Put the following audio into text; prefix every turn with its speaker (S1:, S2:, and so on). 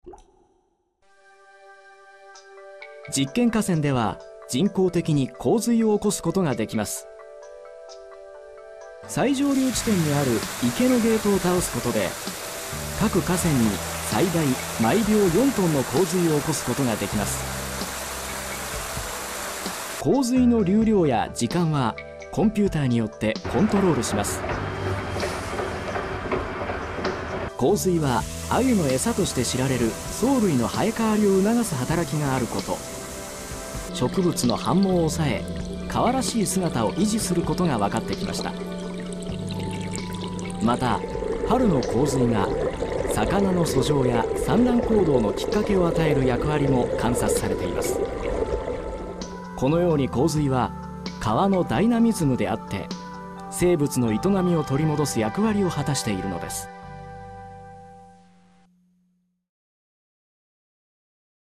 S1: 実験河川では人工的に洪水を起こすことができます。最上流地点にある池のゲートを倒すことで、各河川に最大毎秒4トンの洪水を起こすことができます。洪水の流量や時間はコンピューターによってコントロールします。洪水は鮎の餌として知られる藻類の生え変わりを促す働きがあること、植物の繁茂を抑え川らしい姿を維持することが分かってきました。また春の洪水が魚の遡上や産卵行動のきっかけを与える役割も観察されています。このように洪水は川のダイナミズムであって、生物の営みを取り戻す役割を果たしているのです。